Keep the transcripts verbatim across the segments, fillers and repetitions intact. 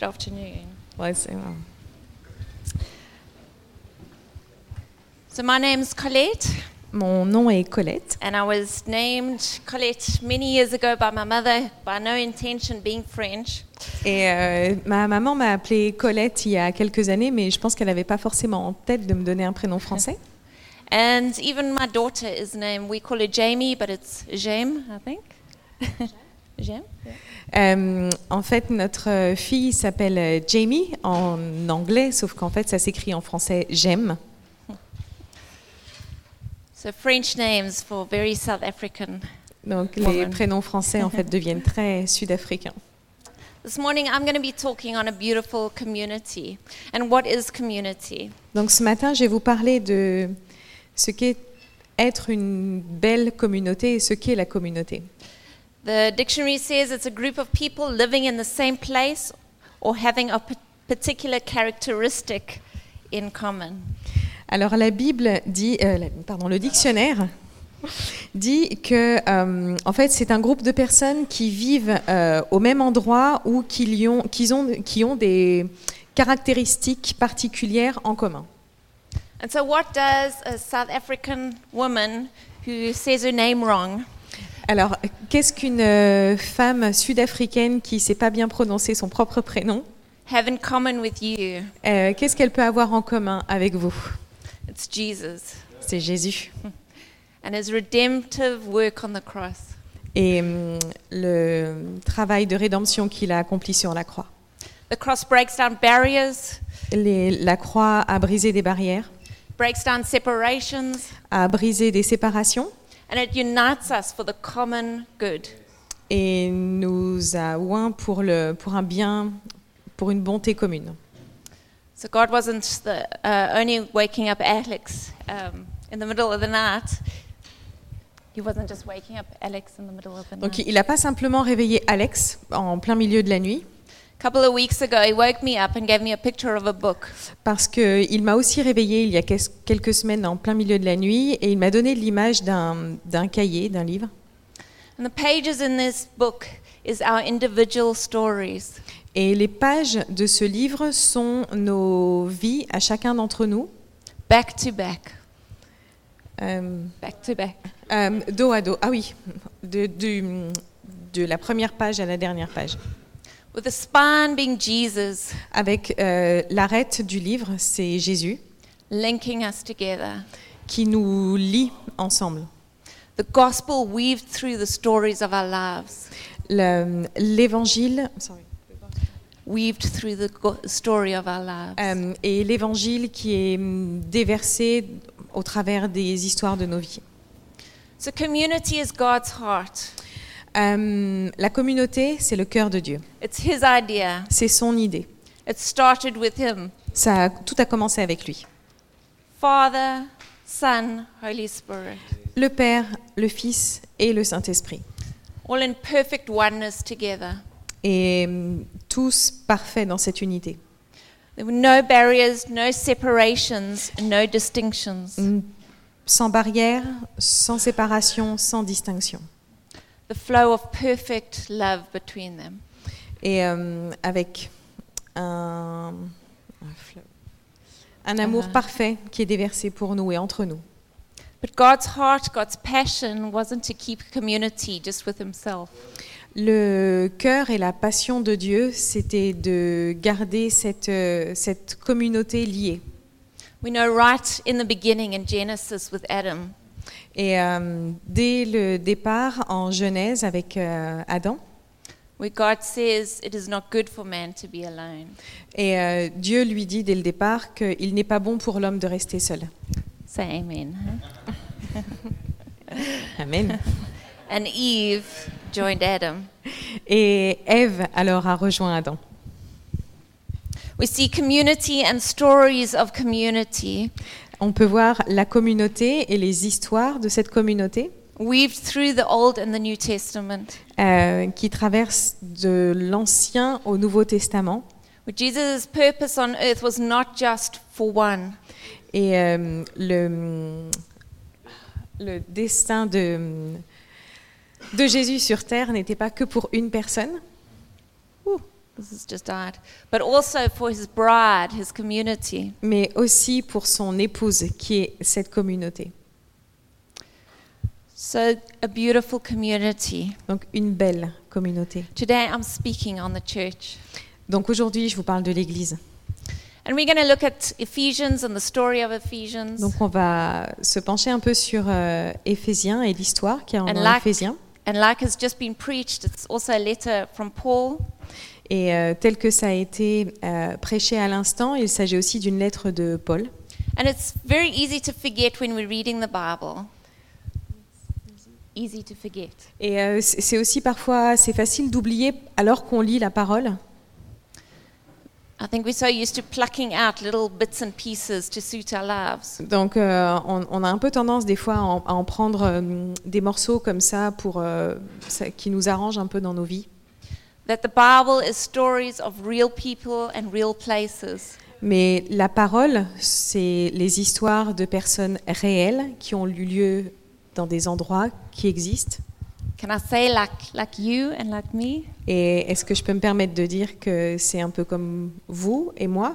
Good afternoon. Ouais, c'est vrai. So my name's Colette, Mon nom est Colette. and I was named Colette many years ago by my mother, by no intention being French. Et euh, ma maman m'a appelée Colette il y a quelques années, mais je pense qu'elle n'avait pas forcément en tête de me donner un prénom français. And even my daughter is named, we call her Jamie, but it's Jem, I think. Jem? Yeah. Euh, en fait, notre fille s'appelle Jamie en anglais, sauf qu'en fait, ça s'écrit en français J'aime. So French names for very South African. Donc les Woman. prénoms français en fait deviennent très sud-africains. This morning I'm going to be talking on a beautiful community. And what is community? Donc ce matin, je vais vous parler de ce qu'est être une belle communauté et ce qu'est la communauté. The dictionary says it's a group of people living in the same place or having a p- particular characteristic in common. Alors la Bible dit, euh, la- pardon, le dictionnaire dit que euh, en fait c'est un groupe de personnes qui vivent euh, au même endroit ou qui, y ont, qui, ont, qui ont des caractéristiques particulières en commun. And so what does a South African woman who says her name wrong Alors qu'est-ce qu'une euh, femme sud-africaine qui ne sait pas bien prononcer son propre prénom, have in common with you? euh, qu'est-ce qu'elle peut avoir en commun avec vous? It's Jesus C'est Jésus. and his redemptive work on the cross. Et hum, le travail de rédemption qu'il a accompli sur la croix. The cross breaks down barriers, Les- la croix a brisé des barrières, breaks down separations, a brisé des séparations and it unites us for the common good. et nous a oint pour, le, pour un bien, pour une bonté commune. So God wasn't the, uh, only waking up Alex um, in the middle of the night. He wasn't just waking up Alex in the middle of the Donc night. il n'a pas simplement réveillé Alex en plein milieu de la nuit, A couple of weeks ago, he woke me up and gave me a picture of a book. parce qu'il m'a aussi réveillé il y a quel- quelques semaines en plein milieu de la nuit et il m'a donné l'image d'un, d'un cahier, d'un livre. And the pages in this book is our individual stories. Et les pages de ce livre sont nos vies à chacun d'entre nous, Back to back, euh, back to back. euh, dos à dos. Ah oui, de, du- de la première page à la dernière page. With the spine being Jesus, Avec euh, l'arête du livre, c'est Jésus linking us together. qui nous lie ensemble. The gospel weaved through the stories of our lives, Le- L'évangile sorry. weaved through the go- story of our lives. Euh, et l'évangile qui est hum, déversé au travers des histoires de nos vies. So community is God's heart. Euh, la communauté, c'est le cœur de Dieu. It's his idea. C'est son idée. It started with him. Ça a- tout a commencé avec lui. Father, Son, Holy Spirit, Le Père, le Fils et le Saint-Esprit. all in perfect oneness together. Et hum, tous parfaits dans cette unité. There were no barriers, no separations, and no distinctions. Hum, Sans barrière, sans séparation, sans distinction. The flow of perfect love between them. Et euh, avec un, un fleuve. Un amour Uh-huh. parfait qui est déversé pour nous et entre nous. But God's heart, God's passion wasn't to keep community just with himself. Le cœur et la passion de Dieu, c'était de garder cette, euh, cette communauté liée. We know right in the beginning in Genesis with Adam, Et euh, dès le départ en Genèse avec euh, Adam, where God says it is not good for man to be alone. et euh, Dieu lui dit dès le départ qu'il n'est pas bon pour l'homme de rester seul. Say amen. huh? Amen. And Eve joined Adam. Et Ève alors a rejoint Adam. We see community and stories of community On peut voir la communauté et les histoires de cette communauté weaved through the Old and the New Testament. euh, qui traversent de l'Ancien au Nouveau Testament. Where Jesus' purpose on earth was not just for one, Et euh, le, le destin de, de Jésus sur terre n'était pas que pour une personne. Ouh, has just died, but also for his bride, his community. mais aussi pour son épouse, qui est cette communauté. So, a beautiful community. Donc une belle communauté. Today I'm speaking on the church. Donc aujourd'hui, je vous parle de l'Église. And we're going to look at Ephesians and the story of Ephesians. Donc on va se pencher un peu sur euh, Éphésiens et l'histoire qu'il y a And en like- Éphésiens. And like has just been preached, it's also a letter from Paul. Et euh, tel que ça a été euh, prêché à l'instant, il s'agit aussi d'une lettre de Paul. And it's very easy to forget when we're reading the Bible. Easy to forget. Et euh, c'est c'est aussi parfois, c'est facile d'oublier alors qu'on lit la parole. I think we're so used to plucking out little bits and pieces to suit our lives. Donc euh, on, on a un peu tendance des fois à en, à en prendre euh, des morceaux comme ça, pour, euh, ça qui nous arrangent un peu dans nos vies. That the Bible is stories of real people and real places. Mais la parole, c'est les histoires de personnes réelles qui ont eu lieu dans des endroits qui existent. Can I say like like you and like me? Et est-ce que je peux me permettre de dire que c'est un peu comme vous et moi?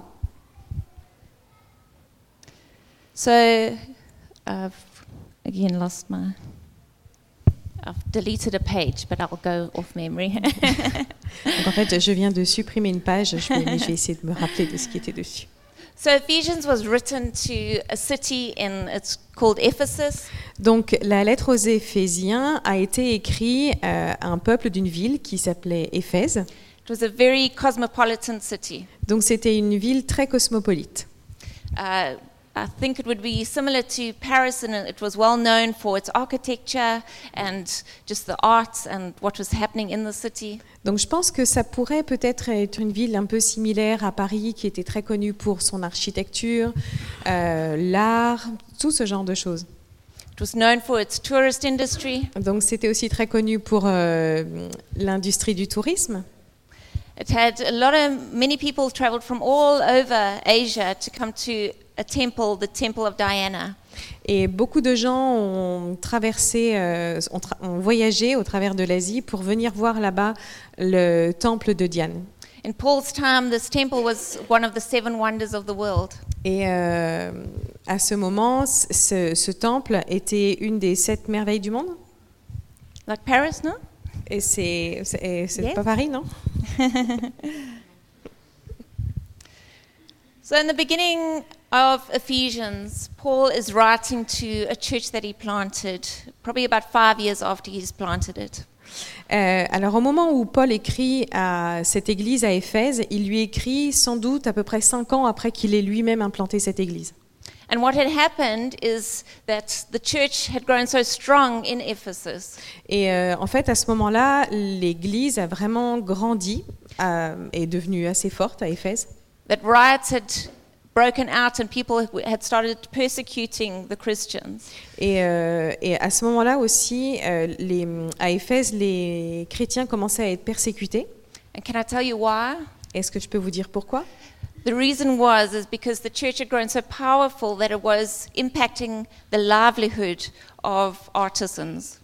So I've again lost my I've deleted a page, but I'll go off memory. Donc en fait, je viens de supprimer une page, je vais, mais je vais essayer de me rappeler de ce qui était dessus. So Ephesians was written to a city in it's called Ephesus. Donc la lettre aux Éphésiens a été écrite euh, à un peuple d'une ville qui s'appelait Éphèse. It was a very cosmopolitan city. Donc c'était une ville très cosmopolite. Uh, I think it would be similar to Paris, and it was well known for its architecture and just the arts and what was happening in the city. Donc je pense que ça pourrait peut-être être une ville un peu similaire à Paris, qui était très connue pour son architecture, euh, l'art, tout ce genre de choses. It was known for its tourist industry. Donc c'était aussi très connu pour euh, l'industrie du tourisme. It had a lot of many people traveled from all over Asia to come to a temple, the Temple of Diana. Et beaucoup de gens ont traversé, euh, ont, tra- ont voyagé au travers de l'Asie pour venir voir là-bas le temple de Diane. In Paul's time, this temple was one of the seven wonders of the world. Et euh, à ce moment, ce, ce temple était une des sept merveilles du monde. Like Paris, no? Et c'est, c'est, c'est Yes. pas Paris, non? So in the beginning of Ephesians, Paul is writing to a church that he planted, probably about five years after he's planted it. Euh, alors au moment où Paul écrit à cette église à Éphèse, il lui écrit sans doute à peu près cinq ans après qu'il ait lui-même implanté cette église. And what had happened is that the church had grown so strong in Ephesus Et euh, en fait, à ce moment-là, l'église a vraiment grandi, euh, est devenue assez forte à Éphèse. that riots had broken out and people had started persecuting the Christians. Et, euh, et à ce moment-là aussi, euh, les, à Éphèse, les chrétiens commençaient à être persécutés. And can I tell you why? Est-ce que je peux vous dire pourquoi? The reason was is because the church had grown so powerful that it was impacting the livelihood of artisans.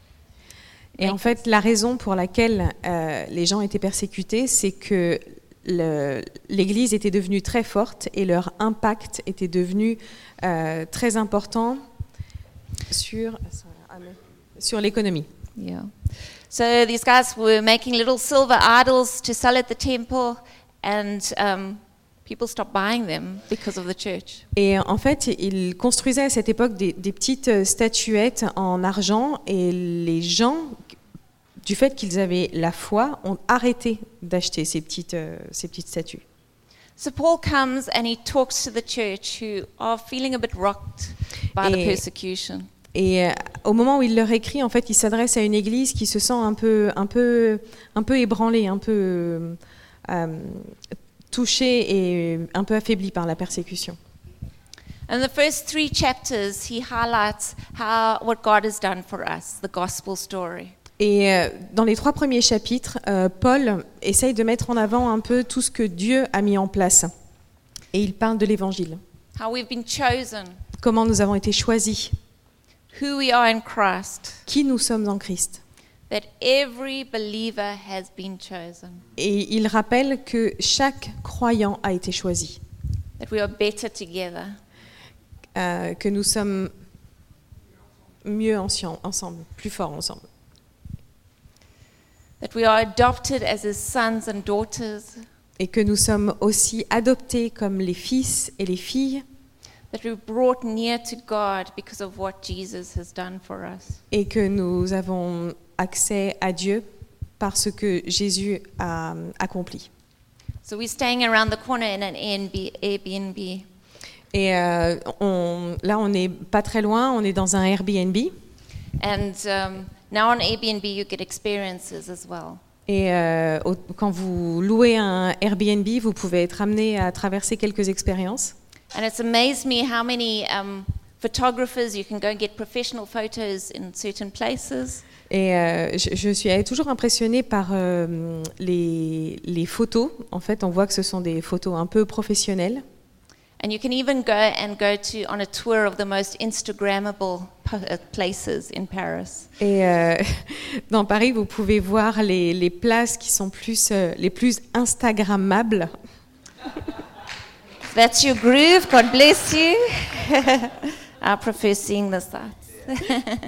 Et en fait, la raison pour laquelle euh, les gens étaient persécutés, c'est que le- l'Église était devenue très forte et leur impact était devenu euh, très important sur, sur l'économie. Yeah. So these guys were making little silver idols to sell at the temple, and um, people stopped buying them because of the church. Et en fait, ils construisaient à cette époque des, des petites statuettes en argent, et les gens, du fait qu'ils avaient la foi, ont arrêté d'acheter ces petites, euh, ces petites statues. So Paul comes and he talks to the church who are feeling a bit rocked by the Et- persecution. Et euh, au moment où il leur écrit, en fait, il s'adresse à une église qui se sent un peu, un peu, un peu ébranlée, un peu euh, touchée et un peu affaiblie par la persécution. In the first three chapters, he highlights how what God has done for us, the gospel story. Et euh, dans les trois premiers chapitres, euh, Paul essaye de mettre en avant un peu tout ce que Dieu a mis en place. Et il parle de l'évangile. How we've been chosen, Comment nous avons été choisis, who we are in Christ, qui nous sommes en Christ, that every believer has been chosen, Et il rappelle que chaque croyant a été choisi, that we are better together, euh, que nous sommes mieux ensi- ensemble, plus forts ensemble, that we are adopted as his sons and daughters, et que nous sommes aussi adoptés comme les fils et les filles, that we're brought near to God because of what Jesus has done for us. et que nous avons accès à Dieu par ce que Jésus a accompli. So we're staying around the corner in an Airbnb. Et euh, on, là, on n'est pas très loin, on est dans un Airbnb. And um, now on Airbnb you get experiences as well. Et euh, au- quand vous louez un Airbnb, vous pouvez être amené à traverser quelques expériences. And it's amazed me how many um, photographers, you can go and get professional photos in certain places. Et euh, je, je suis toujours impressionnée par euh, les, les photos. En fait, on voit que ce sont des photos un peu professionnelles. And you can even go and go to on a tour of the most Instagrammable po- uh, places in Paris. Et euh, dans Paris, vous pouvez voir les, les places qui sont plus, euh, les plus Instagrammables. That's your groove. God bless you. I prefer seeing the sights.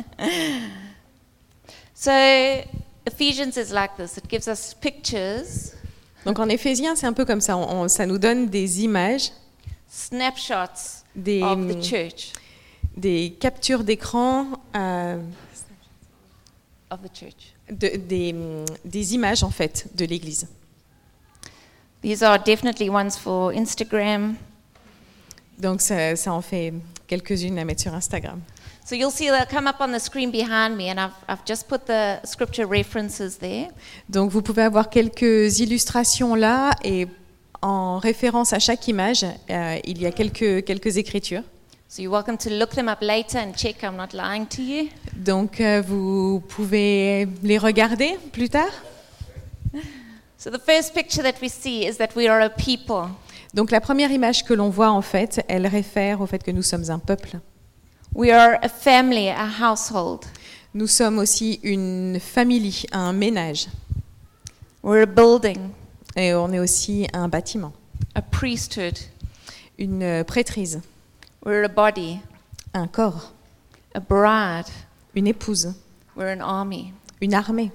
So Ephesians is like this. It gives us pictures, Donc en Éphésiens, c'est un peu comme ça. On- on- ça nous donne des images, snapshots des, of the church, des captures d'écran, euh, of the church. de- des, des images en fait de l'Église. These are definitely ones for Instagram. Donc ça, ça en fait quelques-unes à mettre sur Instagram. So you'll see they'll come up on the screen behind me, and I've, I've just put the scripture references there. Donc vous pouvez avoir quelques illustrations là et en référence à chaque image, euh, il y a quelques, quelques écritures. So you're welcome to look them up later and check I'm not lying to you. Donc euh, vous pouvez les regarder plus tard. So the first picture that we see is that we are a people. Donc la première image que l'on voit en fait, elle réfère au fait que nous sommes un peuple. We are a family, a household. Nous sommes aussi une famille, un ménage. We're a building, Et on est aussi un bâtiment, a priesthood. une euh, prêtrise, We're a body, un corps, a bride. une épouse, We're an army. une armée.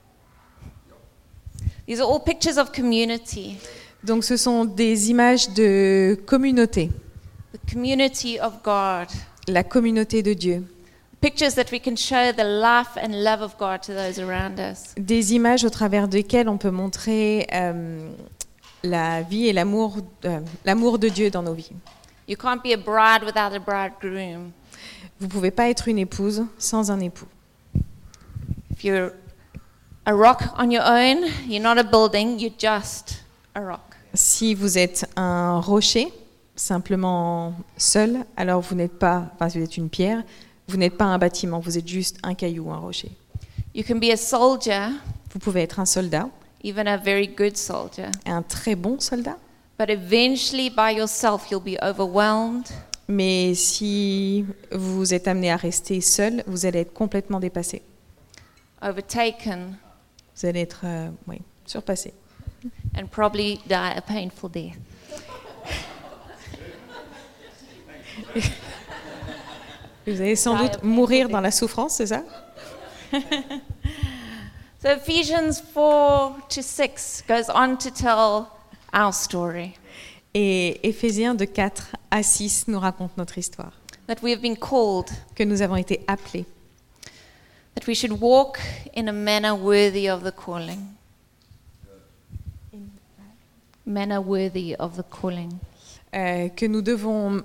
These are all pictures of community, Donc ce sont des images de communauté, the community of God. la communauté de Dieu. Pictures that we can show the life and love of God to those around us. Des images au travers desquelles on peut montrer euh, la vie et l'amour, euh, l'amour de Dieu dans nos vies. You can't be a bride without a bridegroom. Vous ne pouvez pas être une épouse sans un époux. If you're a rock on your own, you're not a building, you're just a rock. Si vous êtes un rocher, simplement seul, alors vous n'êtes pas, enfin si vous êtes une pierre, vous n'êtes pas un bâtiment, vous êtes juste un caillou, un rocher. You can be a soldier, Vous pouvez être un soldat, even a very good soldier, un très bon soldat, but eventually by yourself you'll be overwhelmed, mais si vous êtes amené à rester seul, vous allez être complètement dépassé. overtaken, Vous allez être euh, oui, surpassé. and probably die a painful death. Vous allez sans doute mourir dans la souffrance, c'est ça? So Ephesians four to six goes on to tell our story, Et Éphésiens de quatre à six nous raconte notre histoire, that we have been called, que nous avons été appelés, that we should walk in a manner worthy of the calling. Manner worthy of the calling. euh, que nous devons...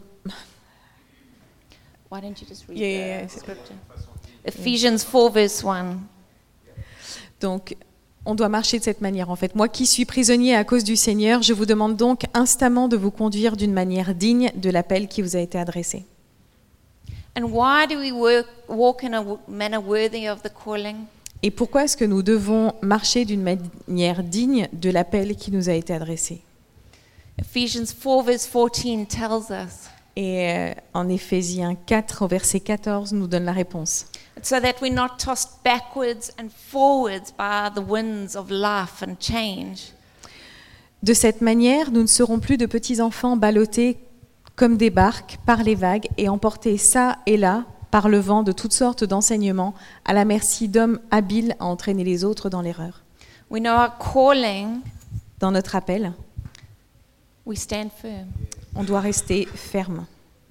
Why don't you just read Yeah, yeah, yeah. the scripture? Ephesians four verse one. Donc, on doit marcher de cette manière en fait. Moi qui suis prisonnier à cause du Seigneur, je vous demande donc instamment de vous conduire d'une manière digne de l'appel qui vous a été adressé. And why do we work, walk in a w- manner worthy of the calling? Et pourquoi est-ce que nous devons marcher d'une manière digne de l'appel qui nous a été adressé? Ephesians four verse fourteen tells us. Et euh, en Éphésiens quatre, au verset quatorze, nous donne la réponse. so that we're not tossed backwards and forwards by the winds of life and change. De cette manière, nous ne serons plus de petits enfants ballottés comme des barques par les vagues et emportés ça et là par le vent de toutes sortes d'enseignements à la merci d'hommes habiles à entraîner les autres dans l'erreur. We know our calling, Dans notre appel, we stand firm. on doit rester ferme.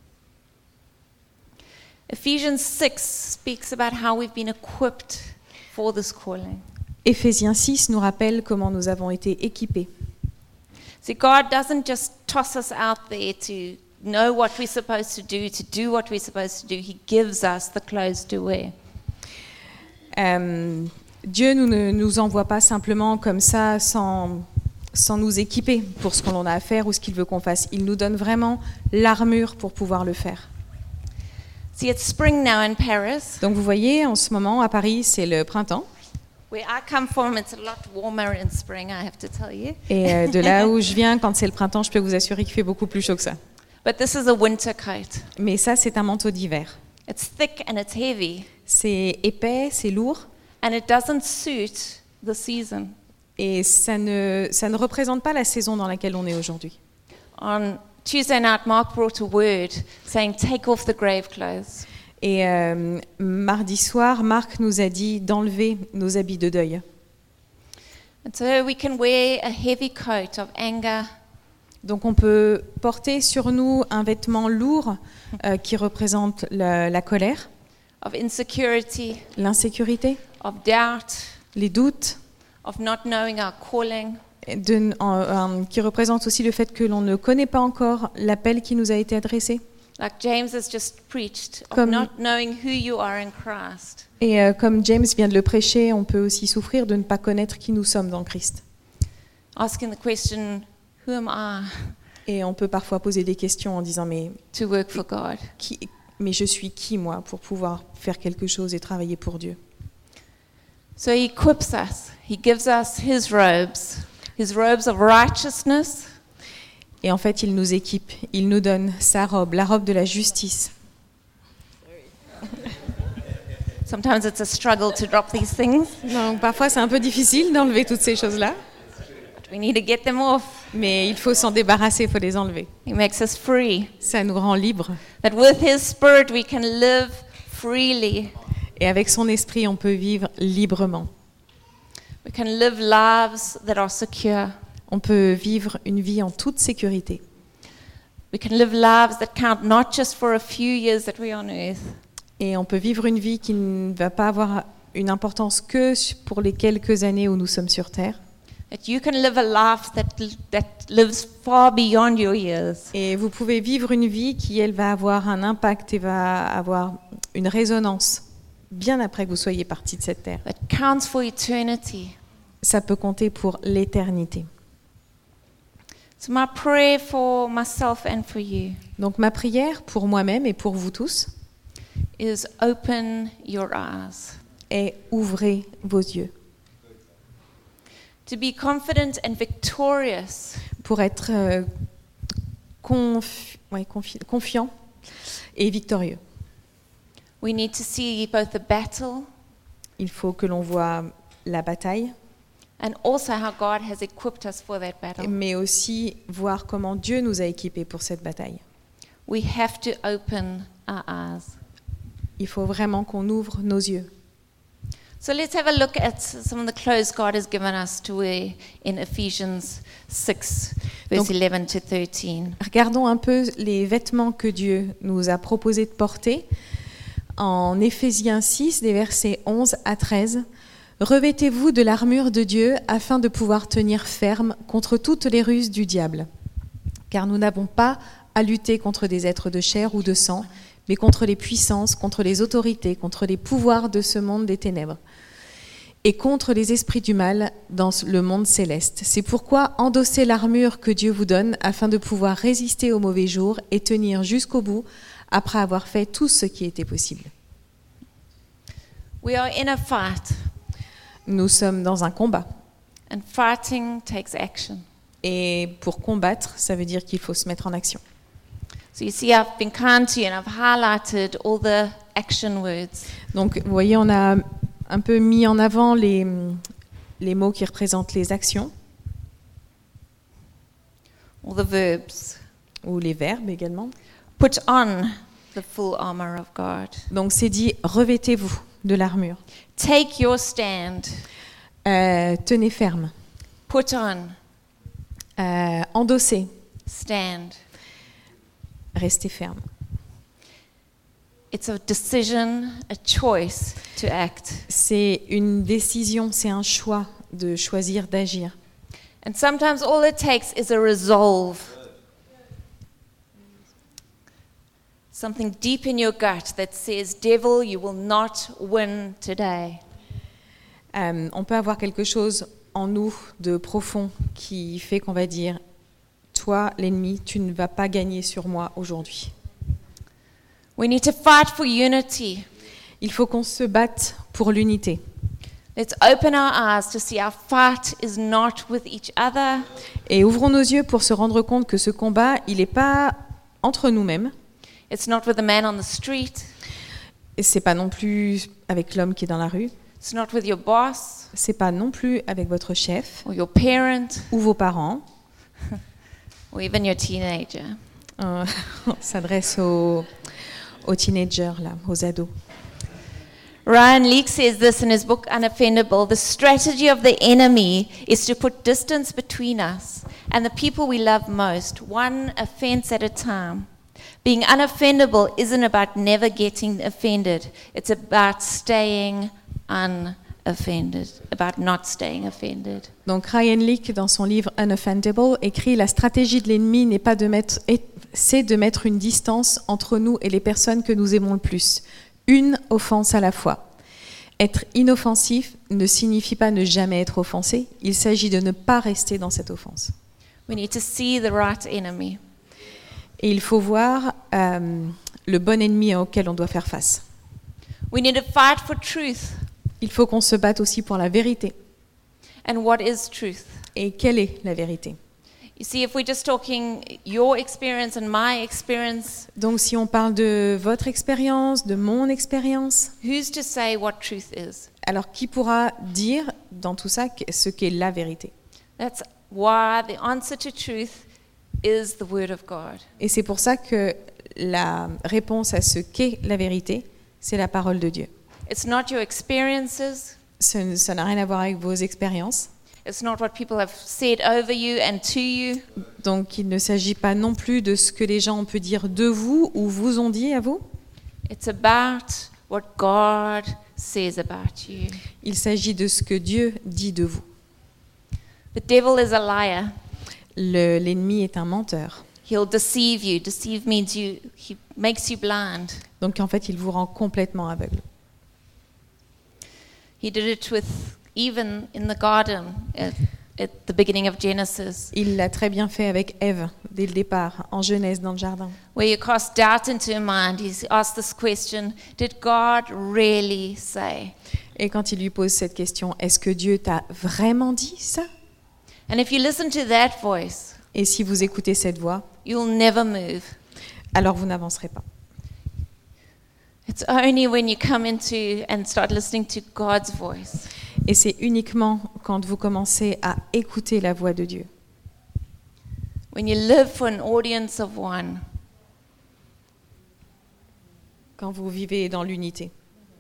Ephesians six speaks about how we've been equipped for this calling. Éphésiens six nous rappelle comment nous avons été équipés. See, God doesn't just toss us out there to know what we're supposed to do, to do what we're supposed to do. He gives us the clothes to wear. Euh, Dieu nous, ne nous envoie pas simplement comme ça sans, sans nous équiper pour ce qu'on a à faire ou ce qu'il veut qu'on fasse. Il nous donne vraiment l'armure pour pouvoir le faire. See, it's spring now in Paris. Donc vous voyez, en ce moment, à Paris, c'est le printemps. Where I come from, it's a lot warmer in spring, I have to tell you. Et euh, de là où je viens, quand c'est le printemps, je peux vous assurer qu'il fait beaucoup plus chaud que ça. But this is a winter coat. Mais ça, c'est un manteau d'hiver. It's thick and it's heavy, C'est épais, c'est lourd, and it doesn't suit the season. et ça ne, ça ne représente pas la saison dans laquelle on est aujourd'hui. On Tuesday night, Mark brought a word saying, take off the grave clothes. Et euh, mardi soir, Marc nous a dit d'enlever nos habits de deuil. And so we can wear a heavy coat of anger, Donc on peut porter sur nous un vêtement lourd euh, qui représente la, la colère, of insecurity, l'insécurité, of doubt, les doutes, of not knowing our calling. de, en- en- qui représente aussi le fait que l'on ne connaît pas encore l'appel qui nous a été adressé. Like James has just preached, of Comme- not knowing who you are in Christ. Et euh, comme James vient de le prêcher, on peut aussi souffrir de ne pas connaître qui nous sommes dans Christ. Asking the question, who am I Et on peut parfois poser des questions en disant mais, to work for God? qui, mais je suis qui moi pour pouvoir faire quelque chose et travailler pour Dieu? So he equips us. He gives us his robes, his robes of righteousness, Et en fait, il nous équipe, il nous donne sa robe, la robe de la justice. Sometimes it's a struggle to drop these things, Donc parfois, c'est un peu difficile d'enlever toutes ces choses-là, but we need to get them off. mais il faut s'en débarrasser, il faut les enlever. He makes us free. Ça nous rend libres. That with his spirit we can live freely. Et avec son esprit, on peut vivre librement. We can live lives that are secure. On peut vivre une vie en toute sécurité. We can live lives that count not just for a few years that we're on earth, Et on peut vivre une vie qui ne va pas avoir une importance que pour les quelques années où nous sommes sur Terre. that you can live a life that, that lives far beyond your years. Et vous pouvez vivre une vie qui, elle, va avoir un impact et va avoir une résonance bien après que vous soyez partis de cette Terre. That counts for eternity. Ça peut compter pour l'éternité. So my prayer for myself and for you Donc ma prière pour moi-même et pour vous tous is open your eyes. est ouvrez vos yeux To be confident and victorious, pour être euh, confi- ouais, confi- confiant et victorieux. we need to see both the battle Il faut que l'on voit la bataille, and also how God has equipped us for that battle. mais aussi voir comment Dieu nous a équipés pour cette bataille. We have to open our eyes. Il faut vraiment qu'on ouvre nos yeux. So let's have a look at some of the clothes God has given us to wear in Ephesians six, verse Donc- eleven to thirteen. Regardons un peu les vêtements que Dieu nous a proposé de porter. En Éphésiens six, des versets onze à treize, « Revêtez-vous de l'armure de Dieu afin de pouvoir tenir ferme contre toutes les ruses du diable. Car nous n'avons pas à lutter contre des êtres de chair ou de sang, mais contre les puissances, contre les autorités, contre les pouvoirs de ce monde des ténèbres, et contre les esprits du mal dans le monde céleste. C'est pourquoi endossez l'armure que Dieu vous donne afin de pouvoir résister aux mauvais jours et tenir jusqu'au bout après avoir fait tout ce qui était possible. » We are in a fight, Nous sommes dans un combat. and fighting takes action. Et pour combattre, ça veut dire qu'il faut se mettre en action. So you see, I've been kind to you and I've highlighted all the action words. Donc, vous voyez, on a un peu mis en avant les, les mots qui représentent les actions, Or the verbs. ou les verbes également. Put on the full armor of God. Donc, c'est dit, revêtez-vous de l'armure. Take your stand. Euh, tenez ferme. Put on. Euh, endossez. Stand. Restez ferme. It's a decision, a choice to act. C'est une décision, c'est un choix de choisir d'agir. And sometimes all it takes is a resolve. Something deep in your gut that says, devil, you will not win today. Euh, on peut avoir quelque chose en nous de profond qui fait qu'on va dire « Toi, l'ennemi, tu ne vas pas gagner sur moi aujourd'hui. We need to fight for unity. » Il faut qu'on se batte pour l'unité. Let's open our eyes to see our fight is not with each other. Et ouvrons nos yeux pour se rendre compte que ce combat, il n'est pas entre nous-mêmes. It's not with the man on the street. Et c'est pas non plus avec l'homme qui est dans la rue. It's not with your boss C'est pas non plus avec votre chef or your parent ou vos parents. or even your teenager. Euh, on s'adresse aux, aux teenagers, là, aux ados. Ryan Leake says this in his book Unoffendable. The strategy of the enemy is to put distance between us and the people we love most, one offense at a time. Being unoffendable isn't about never getting offended. It's about staying unoffended, about not staying offended. Donc Ryan Leake, dans son livre Unoffendable, écrit « La stratégie de l'ennemi n'est pas de mettre, c'est de mettre une distance entre nous et les personnes que nous aimons le plus. Une offense à la fois. Être inoffensif ne signifie pas ne jamais être offensé. Il s'agit de ne pas rester dans cette offense. We need to see the right enemy. Et il faut voir euh, le bon ennemi auquel on doit faire face. We need to fight for truth. Il faut qu'on se batte aussi pour la vérité. And what is truth? Et quelle est la vérité ? You see, if we're just talking your experience and my experience, Donc si on parle de votre expérience, de mon expérience, who's to say what truth is? alors qui pourra dire dans tout ça ce qu'est la vérité ? That's why the answer to truth is the Word of God. Et c'est pour ça que la réponse à ce qu'est la vérité, c'est la parole de Dieu. It's not your experiences. Ça, ça n'a rien à voir avec vos expériences. It's not what people have said over you and to you. Donc il ne s'agit pas non plus de ce que les gens ont pu dire de vous ou vous ont dit à vous. It's about what God says about you. Il s'agit de ce que Dieu dit de vous. The devil is a liar. Le, l'ennemi est un menteur. He'll deceive you. Deceive means you, he makes you blind. Donc en fait, il vous rend complètement aveugle. He did it with even in the garden at, at the beginning of Genesis, Il l'a très bien fait avec Ève dès le départ, en Genèse dans le jardin. where you cast doubt into her mind. He's asked this question, did God really say? Et quand il lui pose cette question, est-ce que Dieu t'a vraiment dit ça ? And if you listen to that voice, Et si vous écoutez cette voix, you'll never move. alors vous n'avancerez pas. It's only when you come into and start listening to God's voice Et c'est uniquement quand vous commencez à écouter la voix de Dieu, when you live for an audience of one. quand vous vivez dans l'unité. Non ?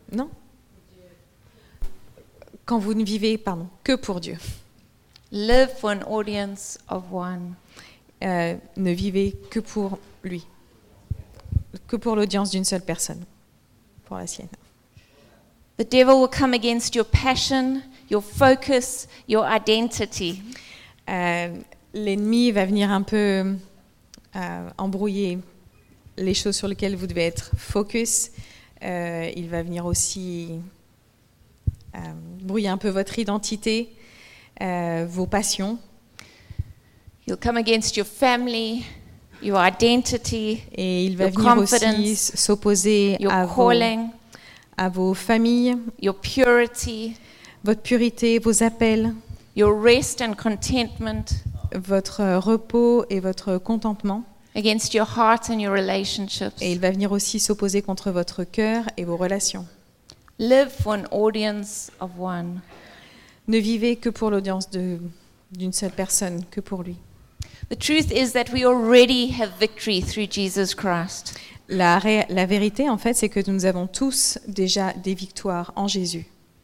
Quand vous ne vivez, pardon, que pour Dieu. Live for an audience of one. Euh, ne vivez que pour lui, que pour l'audience d'une seule personne, pour la sienne. The devil will come against your passion, your focus, your identity. Euh, l'ennemi va venir un peu euh, embrouiller les choses sur lesquelles vous devez être focus. Euh, il va venir aussi euh, brouiller un peu votre identité, euh, vos passions. He'll come against your family, your identity, Et il va your venir aussi confidence, s'opposer your à vos, calling, à vos familles, your purity, votre pureté, vos appels, your rest and contentment, votre repos et votre contentement. against your heart and your relationships. Et il va venir aussi s'opposer contre votre cœur et vos relations. Live for an audience of one. Ne vivez que pour l'audience de, d'une seule personne, que pour lui. The truth is that we already have victory through Jesus Christ. La, ré- la vérité, en fait, c'est que nous avons tous déjà des victoires en Jésus.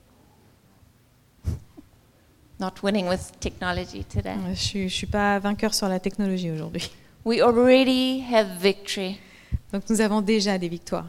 Not winning with technology today. Je ne suis pas vainqueur sur la technologie aujourd'hui. We already have victory. Donc nous avons déjà des victoires.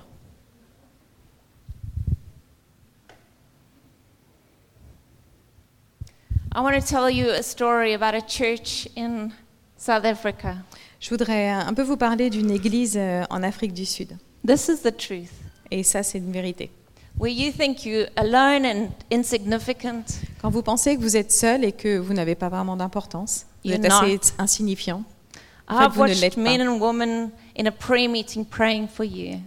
I want to tell you a story about a church in South Africa. Je voudrais un peu vous parler d'une église euh, en Afrique du Sud. This is the truth. Et ça, c'est une vérité. Where you think you're alone and insignificant, Quand vous pensez que vous êtes seul et que vous n'avez pas vraiment d'importance, vous You're êtes assez not. insignifiant, en fait, I've vous ne watched l'êtes men pas. and women in a prayer meeting praying for you.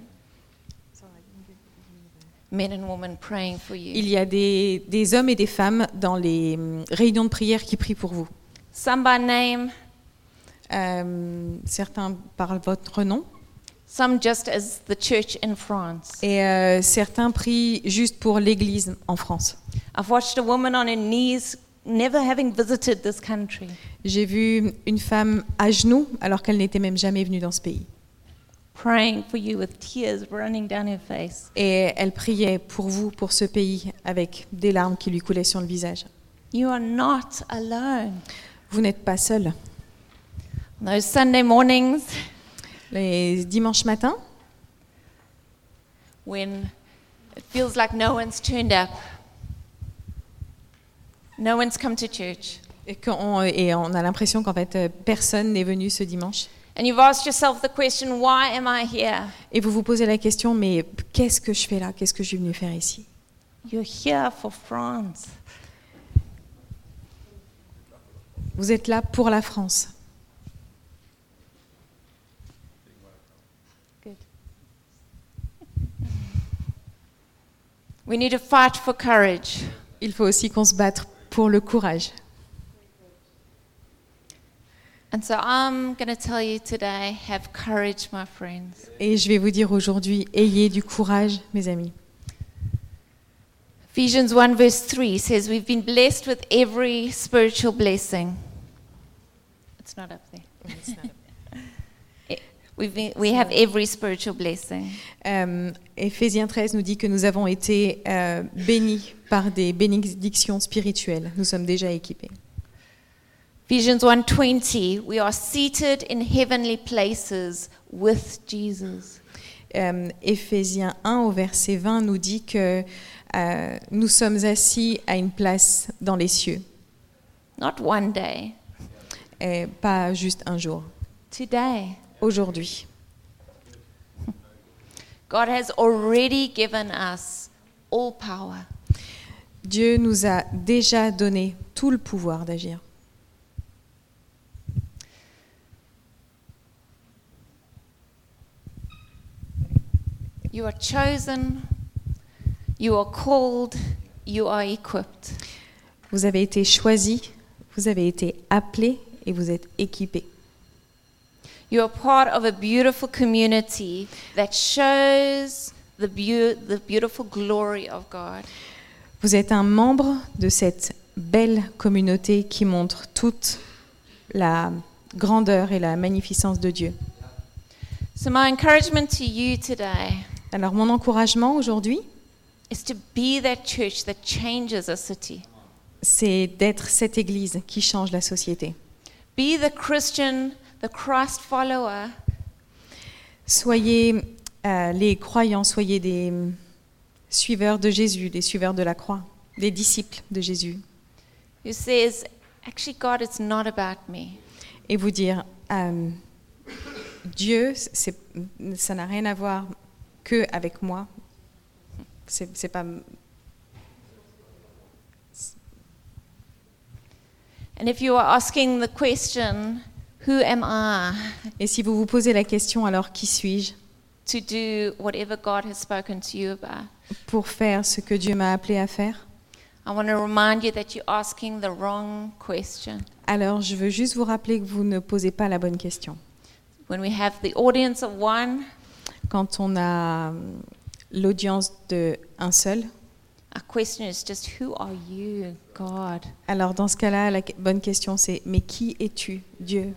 Men and women praying for you. Il y a des, des hommes et des femmes dans les hum, réunions de prière qui prient pour vous. Some by name, Euh, certains par votre nom some just as the church in France. et euh, certains prient juste pour l'église en France. I've watched a woman on her knees, never having visited this country, J'ai vu une femme à genoux alors qu'elle n'était même jamais venue dans ce pays. praying for you with tears running down her face. Et elle priait pour vous, pour ce pays, avec des larmes qui lui coulaient sur le visage. You are not alone. Vous n'êtes pas seul. Those Sunday mornings Les dimanches matins, when it feels like no one's turned up, no one's come to church, et, qu'on- et on a l'impression qu'en fait, euh, personne n'est venu ce dimanche. and you've asked yourself the question, why am I here? Et vous vous posez la question, mais qu'est-ce que je fais là? Qu'est-ce que je suis venu faire ici? You're here for France. Vous êtes là pour la France. Good. We need to fight for courage. Il faut aussi qu'on se batte pour le courage. And so I'm going to tell you today, have courage, my friends. Et je vais vous dire aujourd'hui, ayez du courage, mes amis. Ephesians one verse three says, we've been blessed with every spiritual blessing. It's not up there. We've been, we have every spiritual blessing. Euh, Éphésiens treize nous dit que nous avons été euh, bénis par des bénédictions spirituelles. Nous sommes déjà équipés. Ephesians one twenty, we are seated in heavenly places with Jesus. Euh, Éphésiens un au verset vingt nous dit que euh, nous sommes assis à une place dans les cieux, Not one day, et pas juste un jour, today. aujourd'hui. God has already given us all power. Dieu nous a déjà donné tout le pouvoir d'agir. You are chosen, you are called, you are equipped. Vous avez été choisis, vous avez été appelés et vous êtes équipés. You are part of a beautiful community that shows the, beau- the beautiful glory of God. Vous êtes un membre de cette belle communauté qui montre toute la grandeur et la magnificence de Dieu. So my encouragement to you today Alors mon encouragement aujourd'hui, is to be that church that changes a city. c'est d'être cette église qui change la société. Be the Christian, the Christ follower Soyez euh, les croyants, soyez des euh, suiveurs de Jésus, des suiveurs de la croix, des disciples de Jésus. who says, actually, God, it's not about me. Et vous dire, euh, Dieu, c'est, ça n'a rien à voir que avec moi. C'est, c'est pas. And if you are asking the question, who am I Et si vous vous posez la question, alors qui suis-je to do whatever God has spoken to you about? pour faire ce que Dieu m'a appelé à faire? I want to remind you that you're asking the wrong question. Alors, je veux juste vous rappeler que vous ne posez pas la bonne question. when we have the audience of one, quand on a hum, l'audience de un seul, our question is just, who are you, God? alors dans ce cas-là, la que- bonne question c'est mais qui es-tu, Dieu?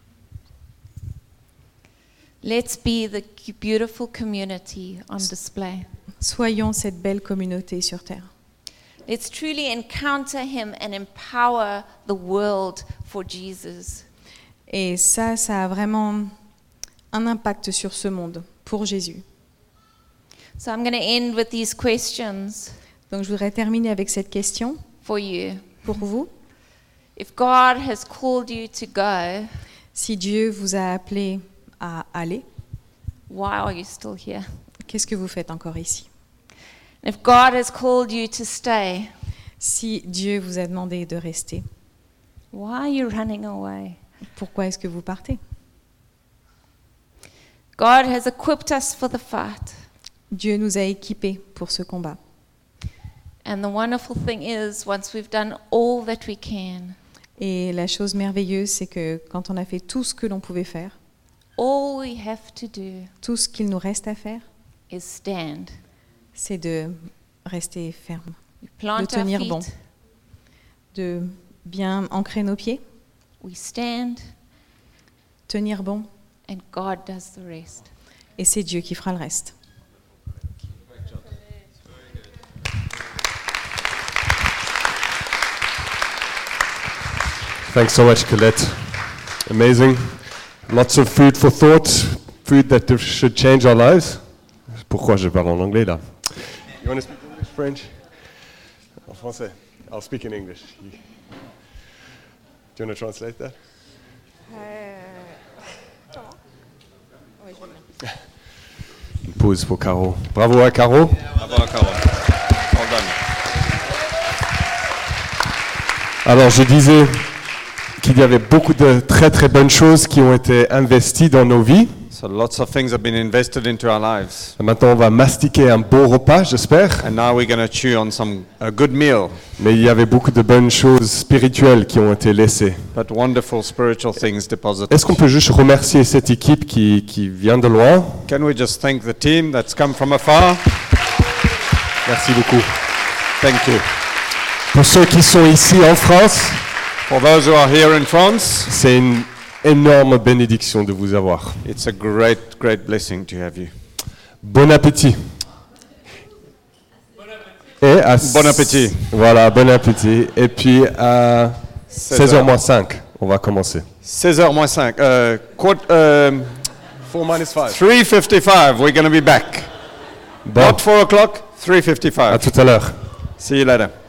Let's be the c- beautiful community on display. Soyons cette belle communauté sur terre. Let's truly encounter him and empower the world for Jesus. Et ça, ça a vraiment un impact sur ce monde pour Jésus. So I'm going to end with these questions Donc je voudrais terminer avec cette question for you. pour vous. If God has called you to go, Si Dieu vous a appelé à aller, why are you still here? qu'est-ce que vous faites encore ici? And if God has called you to stay, Si Dieu vous a demandé de rester, why are you running away? pourquoi est-ce que vous partez? God has equipped us for the fight. Dieu nous a équipés pour ce combat. And the wonderful thing is, once we've done all that we can, Et la chose merveilleuse, c'est que quand on a fait tout ce que l'on pouvait faire, all we have to do tout ce qu'il nous reste à faire, is stand. c'est de rester ferme, We plant de our tenir feet, bon. de bien ancrer nos pieds, we stand, tenir bon, and God does the rest. et c'est Dieu qui fera le reste. Thanks so much, Colette. Amazing. Lots of food for thought, food that should change our lives. Pourquoi je parle en anglais là? You want to speak English, French? En français. I'll speak in English. You- Do you want to translate that? Une pause pour Caro. Bravo à Caro. Bravo, Caro. Well done. Alors je disais qu'il y avait beaucoup de très très bonnes choses qui ont été investies dans nos vies. So lots of things have been invested into our lives. Maintenant on va mastiquer un beau repas, j'espère. And now we're going to chew on some a good meal, Mais il y avait beaucoup de bonnes choses spirituelles qui ont été laissées. but wonderful spiritual things deposited. Est-ce qu'on peut juste remercier cette équipe qui, qui vient de loin? Can we just thank the team that's come from afar? Merci beaucoup. Thank you. Pour ceux qui sont ici en France, For those who are here in France, c'est une énorme bénédiction de vous avoir. it's a great, great blessing to have you. Bon appétit. Et à Bon appétit. Voilà, bon appétit. Et puis à seize heures moins cinq, on va commencer. seize heures moins five. Uh, quart- um, four minus five. three fifty-five, we're going to be back. Bon, Not four o'clock, three à fifty-five. tout à l'heure. See you later.